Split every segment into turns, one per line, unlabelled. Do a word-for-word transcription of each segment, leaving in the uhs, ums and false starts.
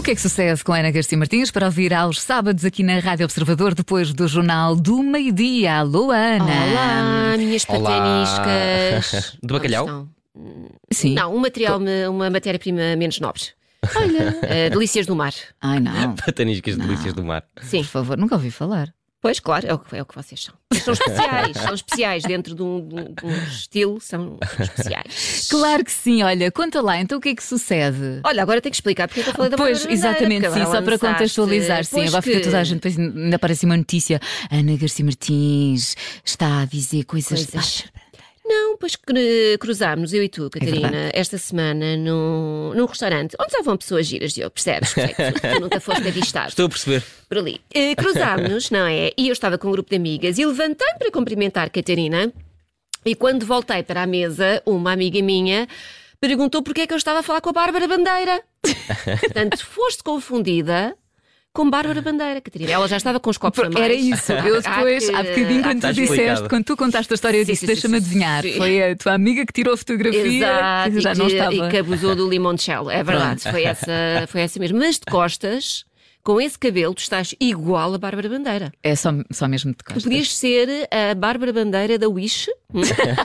que é que sucede com a Ana Garcia Martins para ouvir aos sábados aqui na Rádio Observador depois do Jornal do Meio-Dia? Alô, Ana!
Olá, minhas pataniscas.
De bacalhau?
Sim.
Não, um material, uma matéria-prima menos nobre.
Olha.
Uh, delícias do mar.
Ai, não.
Pataniscas delícias do mar.
Sim.
Por favor, nunca ouvi falar.
Pois, claro, é o que, é o que vocês são. Mas são especiais, são especiais. Dentro de um, de um- de um estilo, são, são especiais.
Claro que sim, olha, conta lá, então o que é que sucede?
Olha, agora tenho que explicar porque é que eu falei da
Pois,
Bárbara Bandeira,
exatamente,
porque
sim,
agora
só para
lançaste.
contextualizar, sim,
Pois
agora fica
que-
toda a gente, depois ainda aparece uma notícia, Ana Garcia Martins está a dizer coisas...
Coisas. Não, pois cru- cruzámos, eu e tu, Catarina,
verdade.
esta semana num, num restaurante onde só vão pessoas giras, Diogo, percebes? Percebes? Tu, tu nunca foste avistado
Estou a perceber.
por ali. Eh, Cruzámos-nos, não é? E eu estava com um grupo de amigas e levantei-me para cumprimentar Catarina. E quando voltei para a mesa, uma amiga minha perguntou porque é que eu estava a falar com a Bárbara Bandeira. Portanto, foste confundida com Bárbara Bandeira, Catarina. Ela já estava com os copos a mais.
Era isso, eu depois, há bocadinho, quando
está
tu disseste,
explicado.
quando tu contaste a história, eu
Sim,
disse,
sim,
deixa-me
sim,
adivinhar,
sim.
foi a tua amiga que tirou a fotografia,
Exato,
que já
e
não
que,
estava...
e que abusou do limoncello, é verdade, foi essa, foi essa mesmo. Mas de costas, com esse cabelo, tu estás igual a Bárbara Bandeira.
É só, só mesmo de
Tu
costas.
podias ser a Bárbara Bandeira da Wish, hum?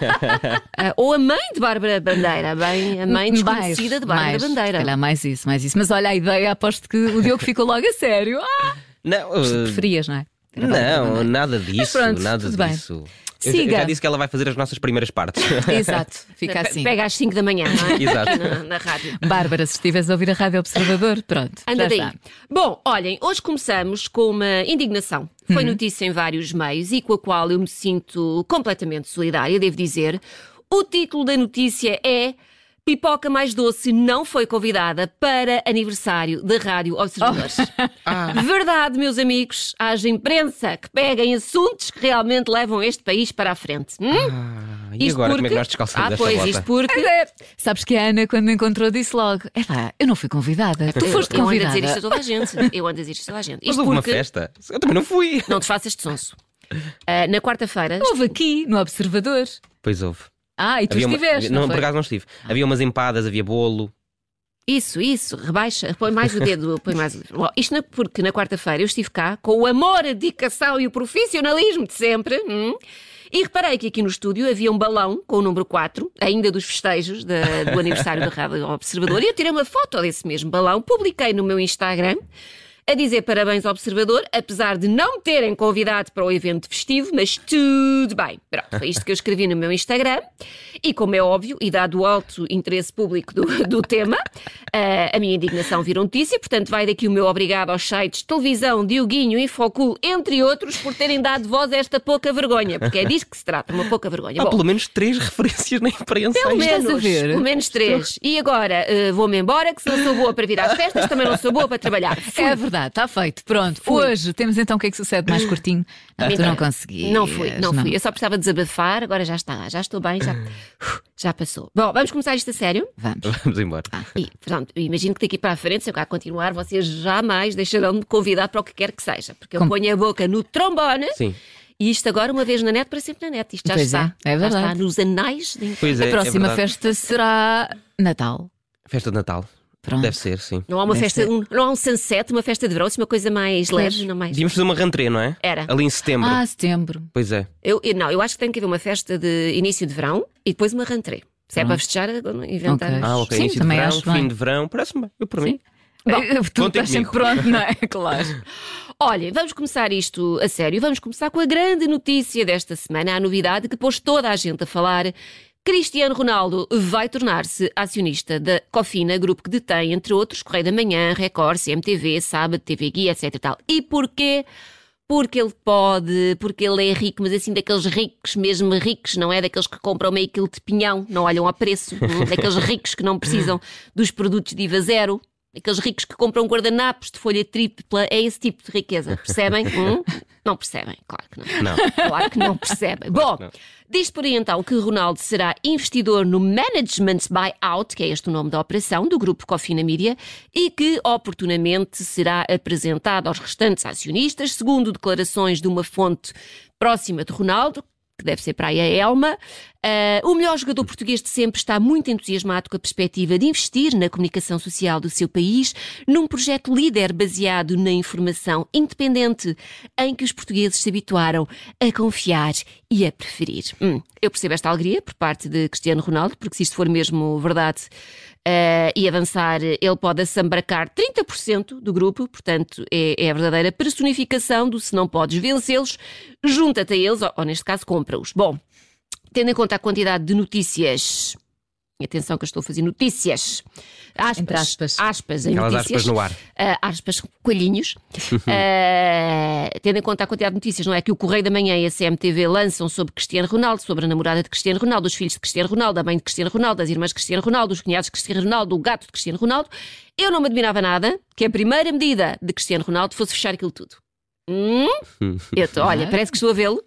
Ah, ou a mãe de Bárbara Bandeira, bem, a mãe desconhecida de Bárbara
mais,
Bandeira.
se calhar mais isso, mais isso. Mas olha, a ideia, aposto que o Diogo ficou logo a sério. Ah,
Não, uh,
preferias, não é? Era Bárbara
não,
Bandeira.
nada disso.
pronto,
nada
tudo bem.
disso. Eu,
Siga.
eu já disse que ela vai fazer as nossas primeiras partes.
Exato, fica assim.
Pega às cinco da manhã, não é?
Exato.
Na, na rádio.
Bárbara, se estiveres a ouvir a Rádio Observador, pronto,
Anda
já
daí.
está.
Bom, olhem, hoje começamos com uma indignação. Foi notícia em vários meios e com a qual eu me sinto completamente solidária, devo dizer. O título da notícia é: Pipoca Mais Doce não foi convidada para aniversário da Rádio Observadores. Verdade, meus amigos, haja imprensa que peguem assuntos que realmente levam este país para a frente. Hum?
Ah, e
Isto
agora,
porque...
como é que nós descalçamos
Ah,
esta
pois,
bota?
isto porque...
Sabes que a Ana, quando me encontrou, disse logo: Epá, eu não fui convidada, tu foste
Eu ando a
convidada.
dizer isto a toda a gente. Eu ando a dizer isto a toda a gente.
Mas
Isto
houve uma
porque...
festa. Eu também não fui.
Não te faças de sonso. Ah, na quarta-feira...
Houve aqui, no Observador.
Pois houve.
Ah, e tu
Havia uma-
estiveste,
não,
não
por
foi?
acaso não estive. Havia umas empadas, havia bolo.
Isso, isso, rebaixa, põe mais o dedo, põe mais o dedo. Bom, isto não, porque na quarta-feira eu estive cá com o amor, a dedicação e o profissionalismo de sempre. hum, E reparei que aqui no estúdio havia um balão com o número quatro, ainda dos festejos da- do aniversário da Rádio Observador, e eu tirei uma foto desse mesmo balão, publiquei no meu Instagram, a dizer parabéns ao Observador, apesar de não me terem convidado para o evento festivo, mas tudo bem. Pronto, foi isto que eu escrevi no meu Instagram. E como é óbvio, e dado o alto interesse público do, do tema, uh, a minha indignação virou notícia, portanto vai daqui o meu obrigado aos sites de televisão, Dioguinho, Infocul, entre outros, por terem dado voz a esta pouca vergonha, porque é disso que se trata, uma pouca vergonha.
Há
Bom,
pelo menos três referências na imprensa.
pelo
Isto-
estás a
menos,
ver?
pelo menos três. E agora uh, vou-me embora, que se não sou boa para vir às festas, também não sou boa para trabalhar. Fui.
É verdade, está feito. Pronto, hoje temos então o que é que sucede mais curtinho. Não, tu
Mentira.
não conseguias.
Não fui, não fui. Eu só precisava desabafar, agora já está, já estou bem, já, já passou. Bom, vamos começar isto a sério?
Vamos.
Vamos embora.
E, pronto, eu imagino que daqui para a frente, se eu cá continuar, vocês jamais deixarão de me convidar para o que quer que seja, porque eu
Como-
ponho a boca no trombone
Sim.
e isto agora uma vez na net, para sempre na net. Isto já
Pois
está,
é, é
já está
verdade.
nos anais de...
Pois é,
A próxima
é verdade.
festa será Natal.
Festa de Natal.
Pronto.
Deve ser, sim.
Não há uma
Deve
festa,
ser.
um, não há um sunset, uma festa de verão, assim, uma coisa mais leve, não mais.
Devíamos fazer uma rentrée, não é?
Era.
Ali em setembro.
Ah, setembro.
Pois é.
Eu, eu- não, eu acho que tem que haver uma festa de início de verão e depois uma rentrée. Se é para festejar, inventar.
Ok.
Ah, ok.
Sim,
Início de
também
verão,
acho
fim
bem.
de verão. Parece-me bem. Eu, por mim.
Bom, tu
contem
estás sempre
comigo.
pronto, não é? Claro.
Olhem, vamos começar isto a sério. Vamos começar com a grande notícia desta semana, a novidade que pôs toda a gente a falar. Cristiano Ronaldo vai tornar-se acionista da Cofina, grupo que detém, entre outros, Correio da Manhã, Record, C M T V, Sábado, T V Guia, etc. e tal. E porquê? Porque ele pode, porque ele é rico, mas assim daqueles ricos, mesmo ricos, não é daqueles que compram meio quilo de pinhão, não olham a preço, hum, daqueles ricos que não precisam dos produtos de I V A zero, daqueles ricos que compram guardanapos de folha tripla, é esse tipo de riqueza, percebem? Hum? Não percebem, claro que não.
Não.
Claro que não percebem. Bom,
não.
diz por aí então que Ronaldo será investidor no Management Buyout, que é este o nome da operação, do grupo Cofina Media, e que oportunamente será apresentado aos restantes acionistas, segundo declarações de uma fonte próxima de Ronaldo, que deve ser para aí a Elma, Uh, o melhor jogador português de sempre está muito entusiasmado com a perspectiva de investir na comunicação social do seu país num projeto líder baseado na informação independente em que os portugueses se habituaram a confiar e a preferir. Hum, eu percebo esta alegria por parte de Cristiano Ronaldo, porque se isto for mesmo verdade uh, e avançar, ele pode assambracar trinta por cento do grupo, portanto é, é a verdadeira personificação do se não podes vencê-los, junta-te a eles, ou, ou neste caso compra-os. Bom, tendo em conta a quantidade de notícias, atenção que eu estou a fazer notícias, aspas,
Entre aspas,
aspas em
Aquelas
notícias,
aspas no ar.
Uh, aspas, coelhinhos, uh, tendo em conta a quantidade de notícias, não é que o Correio da Manhã e a C M T V lançam sobre Cristiano Ronaldo, sobre a namorada de Cristiano Ronaldo, os filhos de Cristiano Ronaldo, a mãe de Cristiano Ronaldo, as irmãs de Cristiano Ronaldo, os cunhados de Cristiano Ronaldo, o gato de Cristiano Ronaldo, eu não me admirava nada que a primeira medida de Cristiano Ronaldo fosse fechar aquilo tudo. Hum? Eu tô, olha, parece que estou a vê-lo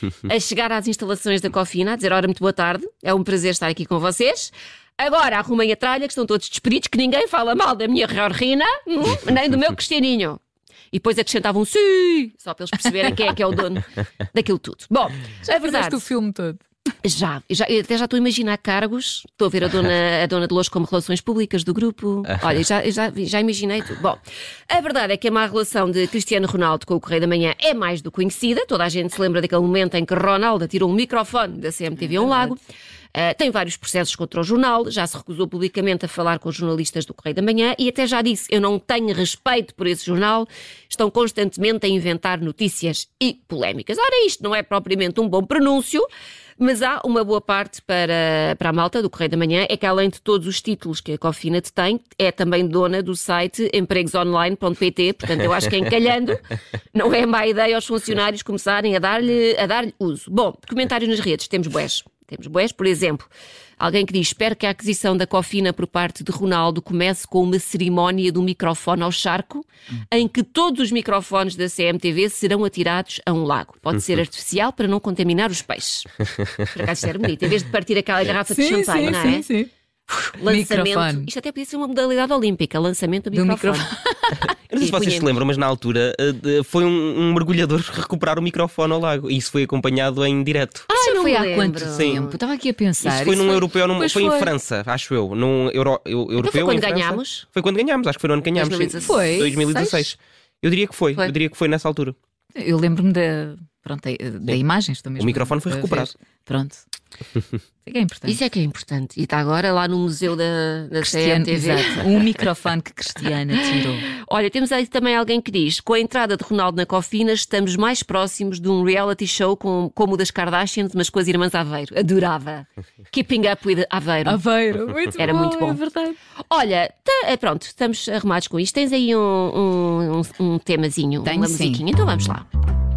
a chegar às instalações da Cofina, a dizer: ora, muito boa tarde, é um prazer estar aqui com vocês. Agora arrumem a tralha, que estão todos despedidos, que ninguém fala mal da minha Riorrina, hum, nem do meu Cristianinho. E depois acrescentavam um sim, só para eles perceberem quem é que é o dono daquilo tudo. Bom,
Já
a verdade,
fizeste o filme todo.
Já, já, eu até já estou a imaginar cargos. Estou a ver a dona, a dona Dolores como relações públicas do grupo. Olha, já, já, já imaginei tudo. Bom, a verdade é que a má relação de Cristiano Ronaldo com o Correio da Manhã é mais do que conhecida. Toda a gente se lembra daquele momento em que Ronaldo atirou um microfone da C M T V a um lago. Uh, tem vários processos contra o jornal, já se recusou publicamente a falar com os jornalistas do Correio da Manhã e até já disse: eu não tenho respeito por esse jornal, estão constantemente a inventar notícias e polémicas. Ora, isto não é propriamente um bom pronúncio, mas há uma boa parte para, para a malta do Correio da Manhã, é que além de todos os títulos que a Cofina detém, é também dona do site empregos online ponto pt, portanto eu acho que encalhando não é má ideia aos funcionários começarem a dar-lhe a dar-lhe uso. Bom, comentários nas redes, temos bués. Temos bués, por exemplo, alguém que diz: espero que a aquisição da Cofina por parte de Ronaldo comece com uma cerimónia do microfone ao charco, hum. em que todos os microfones da C M T V serão atirados a um lago. Pode ser artificial para não contaminar os peixes. Por acaso isto era bonito, em vez de partir aquela garrafa
sim,
de champanhe,
sim,
não é?
Sim, sim.
Lançamento.
Microfone.
Isto até podia ser uma modalidade olímpica, lançamento do,
do
microfone.
microfone.
Eu não sei se vocês se lembram, mas na altura uh, foi um, um mergulhador recuperar o microfone ao lago e isso foi acompanhado em direto.
Ah,
Isso
não
foi há
lembro.
quanto
Sim.
tempo? Estava aqui a pensar.
Isso foi
Isso
num
foi...
europeu, num, foi,
foi
em França, acho eu. Num euro, eu, europeu
Então foi quando
em França.
ganhámos?
Foi quando ganhámos, acho que foi no ano que ganhámos.
dois mil e dezasseis.
Foi?
dois mil e dezasseis. Eu diria que foi,
Foi.
eu diria que foi nessa altura.
Eu lembro-me da, pronto, da, da imagem. Estou mesmo
O microfone foi
a
recuperado.
ver. Pronto. Isso é que é importante.
Isso é que é importante. E está agora lá no museu da, da C M T V.
Exato. Um microfone que Cristiana tirou.
Olha, temos aí também alguém que diz: com a entrada de Ronaldo na Cofina estamos mais próximos de um reality show com, como o das Kardashians, mas com as irmãs Aveiro. Adorava. Keeping up with Aveiro.
Aveiro. Muito
Era
bom,
muito bom.
É verdade.
Olha, tá, pronto, estamos arrumados com isto. Tens aí um, um, um, um temazinho,
Tenho,
uma
sim.
musiquinha. Então vamos lá.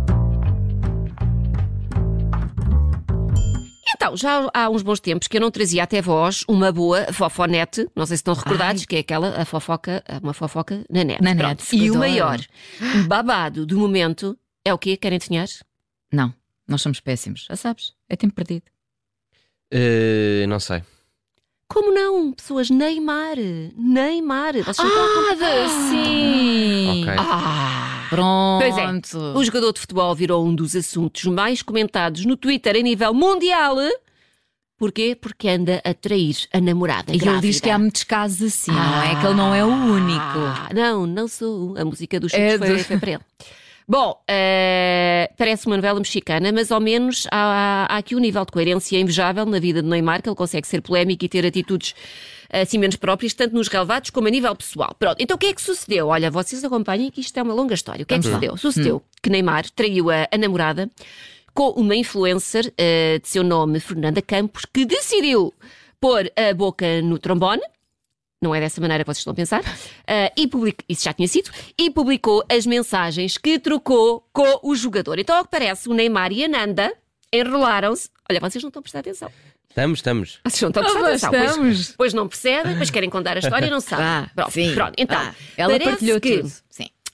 Então, já há uns bons tempos que eu não trazia até vós uma boa fofonete, não sei se estão recordados, Ai. que é aquela, a fofoca, uma fofoca na net.
Na
Pronto.
net.
E o
Adoro.
maior babado do momento é o quê? Querem adivinhar?
Não, nós somos péssimos. Já sabes, é tempo perdido.
Uh, não sei.
Como não? Pessoas, Neymar. Neymar. Vocês não estão a contar?
Sim.
Ok.
Ah,
Pronto.
Pois é, o jogador de futebol virou um dos assuntos mais comentados no Twitter a nível mundial. Porquê? Porque anda a trair a namorada
E
grávida.
ele diz que há muitos casos assim, não é? Que ele não é o único.
Ah, não, não sou. A música dos
É
chutes foi,
do-
foi para ele. Bom, uh, parece uma novela mexicana, mas ao menos há, há aqui um nível de coerência invejável na vida de Neymar, que ele consegue ser polémico e ter atitudes assim menos próprias, tanto nos relevados como a nível pessoal. Pronto, então o que é que sucedeu? Olha, vocês acompanhem que isto é uma longa história. O que é que
Vamos lá.
sucedeu? Sucedeu que Neymar traiu a, a namorada com uma influencer uh, de seu nome, Fernanda Campos, que decidiu pôr a boca no trombone. Não é dessa maneira que vocês estão a pensar. Uh, e public... Isso já tinha sido. E publicou as mensagens que trocou com o jogador. Então, ao que parece, o Neymar e a Nanda enrolaram-se. Olha, vocês não estão a prestar atenção.
Estamos, estamos.
Vocês não estão a prestar
Ah,
atenção. Pois,
estamos.
pois não percebem, pois querem contar a história e não sabem.
Ah,
pronto,
sim.
pronto. Então,
Ah, ela
parece
partilhou
que
tudo. Sim.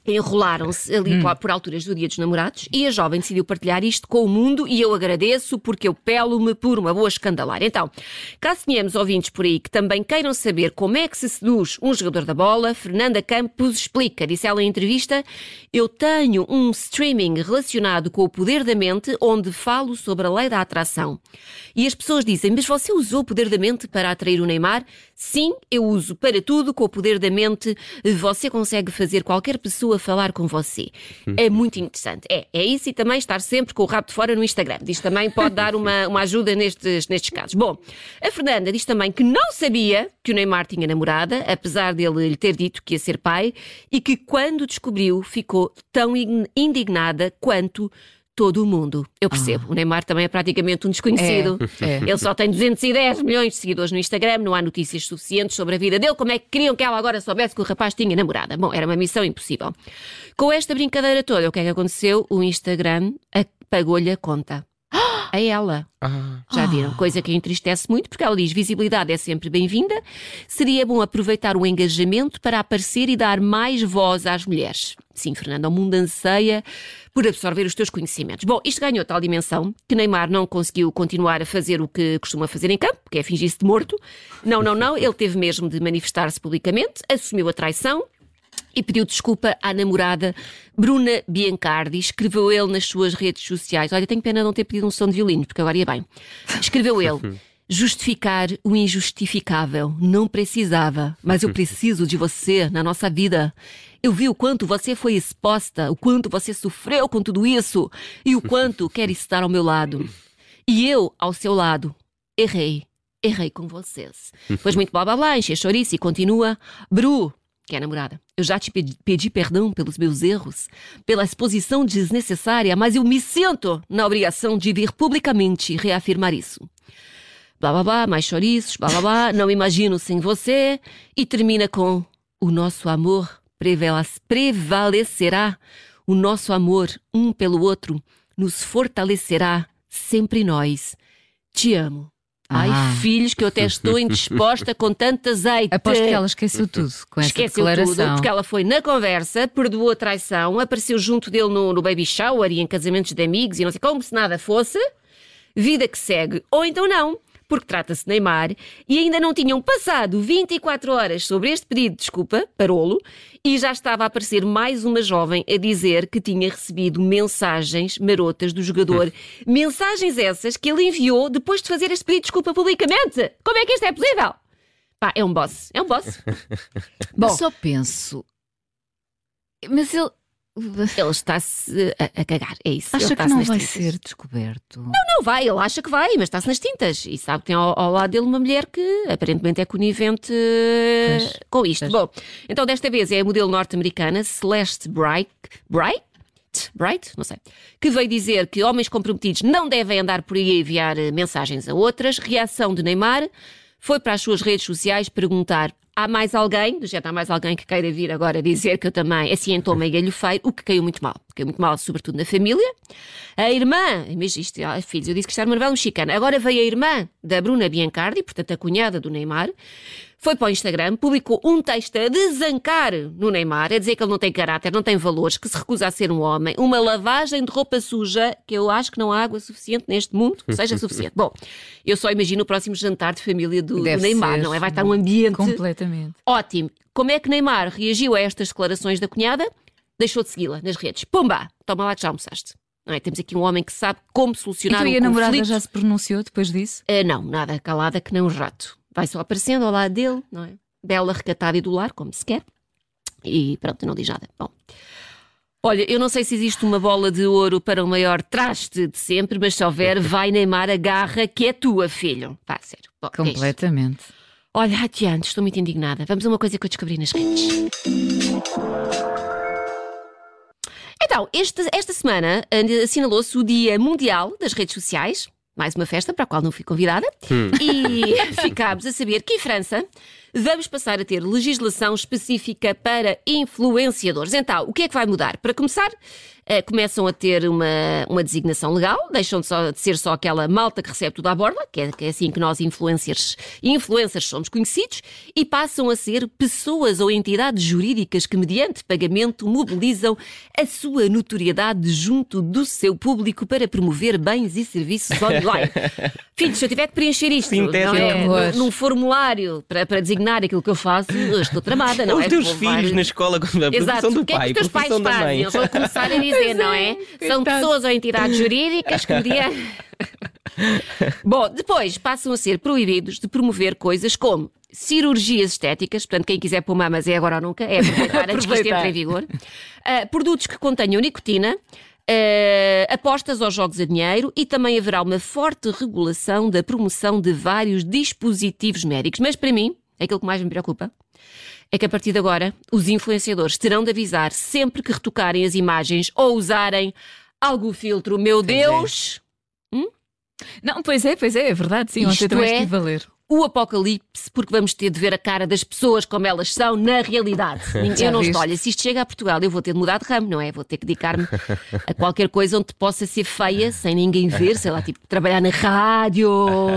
enrolaram-se ali hum. por alturas do Dia dos Namorados e a jovem decidiu partilhar isto com o mundo e eu agradeço porque eu pelo-me por uma boa escandalar. Então, caso tenhamos ouvintes por aí que também queiram saber como é que se seduz um jogador da bola, Fernanda Campos explica, disse ela em entrevista, eu tenho um streaming relacionado com o poder da mente onde falo sobre a lei da atração. E as pessoas dizem, mas você usou o poder da mente para atrair o Neymar? Sim, eu uso para tudo com o poder da mente. Você consegue fazer qualquer pessoa falar com você. É muito interessante. É, é isso e também estar sempre com o rabo de fora no Instagram. Diz também pode dar uma, uma ajuda nestes, nestes casos. Bom, a Fernanda diz também que não sabia que o Neymar tinha namorada, apesar dele lhe ter dito que ia ser pai, e que quando descobriu ficou tão indignada quanto todo o mundo. Eu percebo. Ah. O Neymar também é praticamente um desconhecido. É, é. Ele só tem duzentos e dez milhões de seguidores no Instagram, não há notícias suficientes sobre a vida dele. Como é que queriam que ela agora soubesse que o rapaz tinha namorada? Bom, era uma missão impossível. Com esta brincadeira toda, o que é que aconteceu? O Instagram apagou-lhe a conta. A ela. Ah. Já viram? Coisa que a entristece muito, porque ela diz, visibilidade é sempre bem-vinda. Seria bom aproveitar o engajamento para aparecer e dar mais voz às mulheres. Sim, Fernanda, o mundo anseia por absorver os teus conhecimentos. Bom, isto ganhou tal dimensão que Neymar não conseguiu continuar a fazer o que costuma fazer em campo, que é fingir-se de morto. Não, não, não. Ele teve mesmo de manifestar-se publicamente, assumiu a traição e pediu desculpa à namorada Bruna Biancardi. Escreveu ele nas suas redes sociais. Olha, tenho pena de não ter pedido um som de violino, porque agora ia bem. Escreveu ele. Justificar o injustificável. Não precisava, mas eu preciso de você na nossa vida. Eu vi o quanto você foi exposta, o quanto você sofreu com tudo isso e o quanto quer estar ao meu lado. E eu, ao seu lado, errei. Errei com vocês. Pois muito blá blá blá, enche chouriço e continua. Bru, que é a namorada, eu já te pedi, pedi perdão pelos meus erros, pela exposição desnecessária, mas eu me sinto na obrigação de vir publicamente reafirmar isso. Blá blá blá, mais chouriços, blá blá blá, não imagino sem você. E termina com o nosso amor prevalecerá, o nosso amor um pelo outro nos fortalecerá, sempre nós. Te amo. Ai, ah. filhos, que eu até estou indisposta com tanta azeite.
Aposto que ela esqueceu tudo com essa
esqueceu
declaração.
Tudo, porque ela foi na conversa, perdoou a traição, apareceu junto dele no, no baby shower e em casamentos de amigos e não sei, como se nada fosse. Vida que segue. Ou então não, porque trata-se de Neymar e ainda não tinham passado vinte e quatro horas sobre este pedido de desculpa, parolo, e já estava a aparecer mais uma jovem a dizer que tinha recebido mensagens marotas do jogador. Mensagens essas que ele enviou depois de fazer este pedido de desculpa publicamente. Como é que isto é possível? Pá, é um boss. É um boss.
Bom, só penso... Mas ele...
Ele está-se a, a cagar, é isso.
Acha que não vai tintas. ser descoberto?
Não, não vai, ele acha que vai, mas está-se nas tintas. E sabe que tem ao, ao lado dele uma mulher que aparentemente é conivente pois, com isto. Pois. Bom, então desta vez é a modelo norte-americana Celeste Bright, Bright? Bright? Não sei. Que veio dizer que homens comprometidos não devem andar por aí a enviar mensagens a outras. Reação de Neymar foi para as suas redes sociais perguntar: há mais alguém? Já há mais alguém que queira vir agora dizer que eu também assim em tom meio galhofeiro, o que caiu muito mal. Caiu muito mal, sobretudo na família. A irmã, mas isto, ah, filhos, eu disse que isto era uma novela mexicana. Agora veio a irmã da Bruna Biancardi, portanto a cunhada do Neymar, foi para o Instagram, publicou um texto a desancar no Neymar, a dizer que ele não tem caráter, não tem valores, que se recusa a ser um homem, uma lavagem de roupa suja, que eu acho que não há água suficiente neste mundo que seja suficiente. Bom, eu só imagino o próximo jantar de família do, do Neymar, ser, não é? Vai estar um ambiente
completamente
ótimo. Como é que Neymar reagiu a estas declarações da cunhada? Deixou de segui-la nas redes. Pumba! Toma lá que já almoçaste. Não é? Temos aqui um homem que sabe como solucionar
então,
um
conflito. E a namorada
conflito.
já se pronunciou depois disso?
Uh, não, nada, calada que nem um rato. Vai só aparecendo ao lado dele, não é? Bela, recatada e do lar, como se quer. E pronto, não diz nada. Bom. Olha, eu não sei se existe uma bola de ouro para o maior traste de sempre, mas se houver, vai Neymar, agarra que é tua, filho. Pá, sério. Bom,
completamente.
É olha, adiante, estou muito indignada. Vamos a uma coisa que eu descobri nas redes. Então, este, esta semana assinalou-se o Dia Mundial das Redes Sociais. Mais uma festa para a qual não fui convidada. Hum. E ficámos a saber que em França vamos passar a ter legislação específica para influenciadores. Então, o que é que vai mudar? Para começar, Uh, começam a ter uma, uma designação legal, deixam de, só, de ser só aquela malta que recebe tudo à borla, que é, que é assim que nós influencers, influencers somos conhecidos, e passam a ser pessoas ou entidades jurídicas que, mediante pagamento, mobilizam a sua notoriedade junto do seu público para promover bens e serviços online. Filhos, se eu tiver que preencher isto
Sim,
não é, num, num formulário para, para designar aquilo que eu faço, eu estou tramada, não
Os
é?
teus
Vou
filhos
levar...
na escola, a profissão do
o que é
pai,
que
a
os teus pais
profissão da
fazem?
mãe.
Eles vão começar a dizer, não é? São pessoas ou entidades jurídicas que um dia... Bom, depois passam a ser proibidos de promover coisas como cirurgias estéticas, portanto, quem quiser pôr mamas é agora ou nunca, é aproveitar antes que isto entre em vigor. Uh, produtos que contenham nicotina, Uh, apostas aos jogos a dinheiro e também haverá uma forte regulação da promoção de vários dispositivos médicos. Mas para mim, aquilo que mais me preocupa é que a partir de agora os influenciadores terão de avisar sempre que retocarem as imagens ou usarem algum filtro. Meu Deus!
É. Hum? Não, pois é, pois é, é verdade, sim, ontem também estive a ler.
O apocalipse, porque vamos ter de ver a cara das pessoas como elas são na realidade. Eu não estou, olha, se isto chega a Portugal, eu vou ter de mudar de ramo, não é? Vou ter que dedicar-me a qualquer coisa onde possa ser feia, sem ninguém ver, sei lá, tipo, trabalhar na rádio,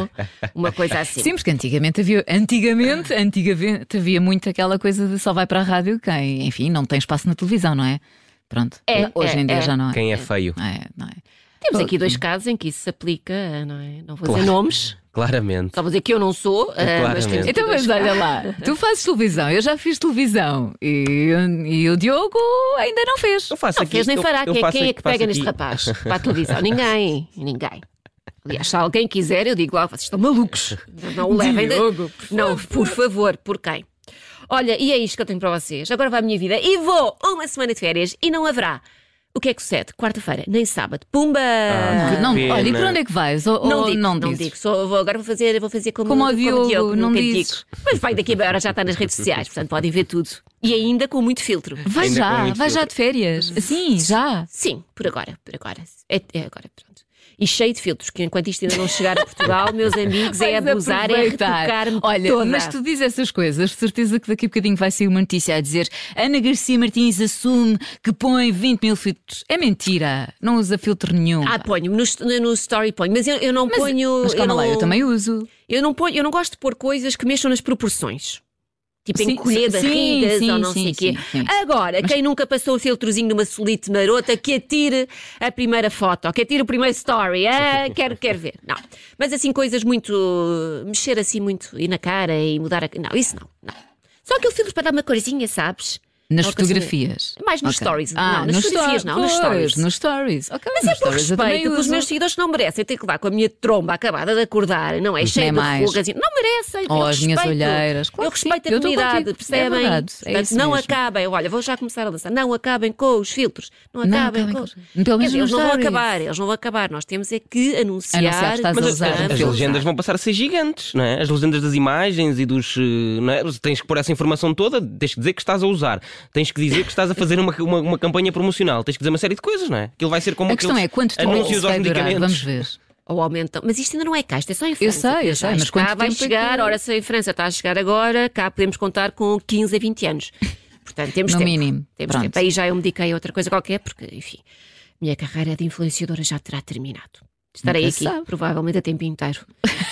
uma coisa assim.
Sim, porque antigamente havia, antigamente, antigamente havia muito aquela coisa de só vai para a rádio quem, enfim, não tem espaço na televisão, não é? Pronto,
é,
hoje
é,
em dia
é.
já não é.
Quem é feio.
É, não é.
Temos aqui dois casos em que isso se aplica, não é? Não vou dizer
Claro.
nomes.
Claramente.
Só vou dizer que eu não sou, uh, mas temos aqui
Então,
dois
mas olha
casos.
lá, tu fazes televisão, eu já fiz televisão e, e o Diogo ainda não fez.
Eu faço
Não
aqui,
fez nem
eu-
fará.
eu
Quem,
faço
quem é
aqui-
que
faço
pega
aqui-
neste rapaz para a televisão? Ninguém, ninguém. Aliás, se alguém quiser, eu digo lá, vocês estão malucos. Não o levem. de-
Diogo, por
Não, por favor, por quem? Olha, e é isto que eu tenho para vocês. Agora vai a minha vida e vou uma semana de férias e não haverá. O que é que sucede? Quarta-feira, nem sábado. Pumba!
Ah,
Não,
pena.
olha, e por onde é que vais? Ou,
Não
ou
digo,
não,
não
dizes?
digo. Só vou, agora vou fazer, vou fazer como,
Como ao
como
Diogo,
Diogo,
não
nunca
dizes.
digo. Mas vai daqui a meia hora já está nas redes sociais, portanto podem ver tudo. E ainda com muito filtro.
Vai
Ainda com
já,
muito
vai já
filtro.
de férias. Sim, já.
Sim, por agora, por agora. É, é agora, pronto. E cheio de filtros, que enquanto isto ainda não chegar a Portugal, meus amigos, é
Vais
abusar, é
aproveitar.
retocar-me
Olha,
toda.
mas tu dizes essas coisas, de certeza que daqui a bocadinho vai sair uma notícia a dizer Ana Garcia Martins assume que põe vinte mil filtros. É mentira, não usa filtro nenhum.
Ah, ponho, no, no story ponho, mas eu, eu não
mas,
ponho...
mas calma
eu
lá,
não,
eu também uso.
Eu não ponho, eu não gosto de pôr coisas que mexam nas proporções. Tipo
Sim,
encolher
sim,
barrigas
sim,
ou não
sim,
sei o quê.
sim, sim.
Agora, quem nunca passou o filtrozinho numa solite marota, que atire a primeira foto, ou que atire o primeiro story. Ah, quero, quero ver. Não. Mas assim, coisas muito... Mexer assim muito, ir na cara e mudar a... Não, isso não, não. Só aquele filtro para dar uma corzinha, sabes?
Nas
Uma coisa-
fotografias.
Mais nos
Ok.
stories.
Ah,
não, nas
nos
fotografias
sto-
não, nos
pois,
stories.
Nos stories. Ok,
Mas
nos
é por
stories eu também
respeito pelos
uso.
meus seguidores que não merecem ter que levar com a minha tromba acabada de acordar, não é?
Isso
Cheia
nem
de
mais.
rugas. e- Não merecem.
Ou
eu
as minhas
respeito.
olheiras. Claro
Eu
que sim,
respeito a
eu estou
comunidade,
contigo. É
percebem?
verdade, é
Portanto,
isso
não
mesmo.
acabem. Olha, vou já começar a lançar. Não acabem com os filtros. Não
Não
acabem
acabem
com.
com os- Pelo menos
Quer dizer, eles
nos
não vão
stories.
acabar. Eles não vão acabar. Nós temos é que anunciar.
Anunciar que estás a
que
usar.
estamos
As
a
legendas
usar.
vão passar a ser gigantes, não é? As legendas das imagens e dos. eh, Não é? Tens que pôr essa informação toda, tens que dizer que estás a usar, tens que dizer que estás a fazer uma, uma, uma campanha promocional, tens que dizer uma série de coisas, não é? Aquilo vai ser como
A questão
aqueles
é quanto tempo
anúncios
isso
aos
vai durar.
medicamentos.
Vamos ver.
Ou aumentam. Mas isto ainda não é cá, isto é só em França.
sei, eu sei, mas
Isto
quanto
cá vai
tempo é
chegar,
que-
ora se em França está a chegar agora, cá podemos contar com quinze a vinte anos. Portanto, temos
No
tempo.
mínimo.
Temos
Pronto.
tempo. Aí já eu me dediquei a outra coisa qualquer, porque, enfim, minha carreira de influenciadora já terá terminado. Estarei
Nunca
aqui,
sabe.
provavelmente a tempo inteiro.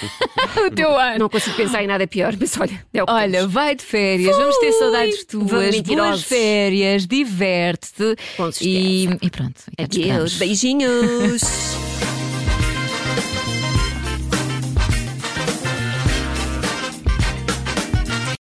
O teu ano.
Não consigo pensar em nada pior, mas olha, é o que
Olha,
temos.
vai de férias, vamos ter saudades
Vamos,
tuas, boas
mentirosos.
férias, diverte-te
Com
e,
certeza.
e pronto. e cá te
Adeus,
esperamos.
beijinhos.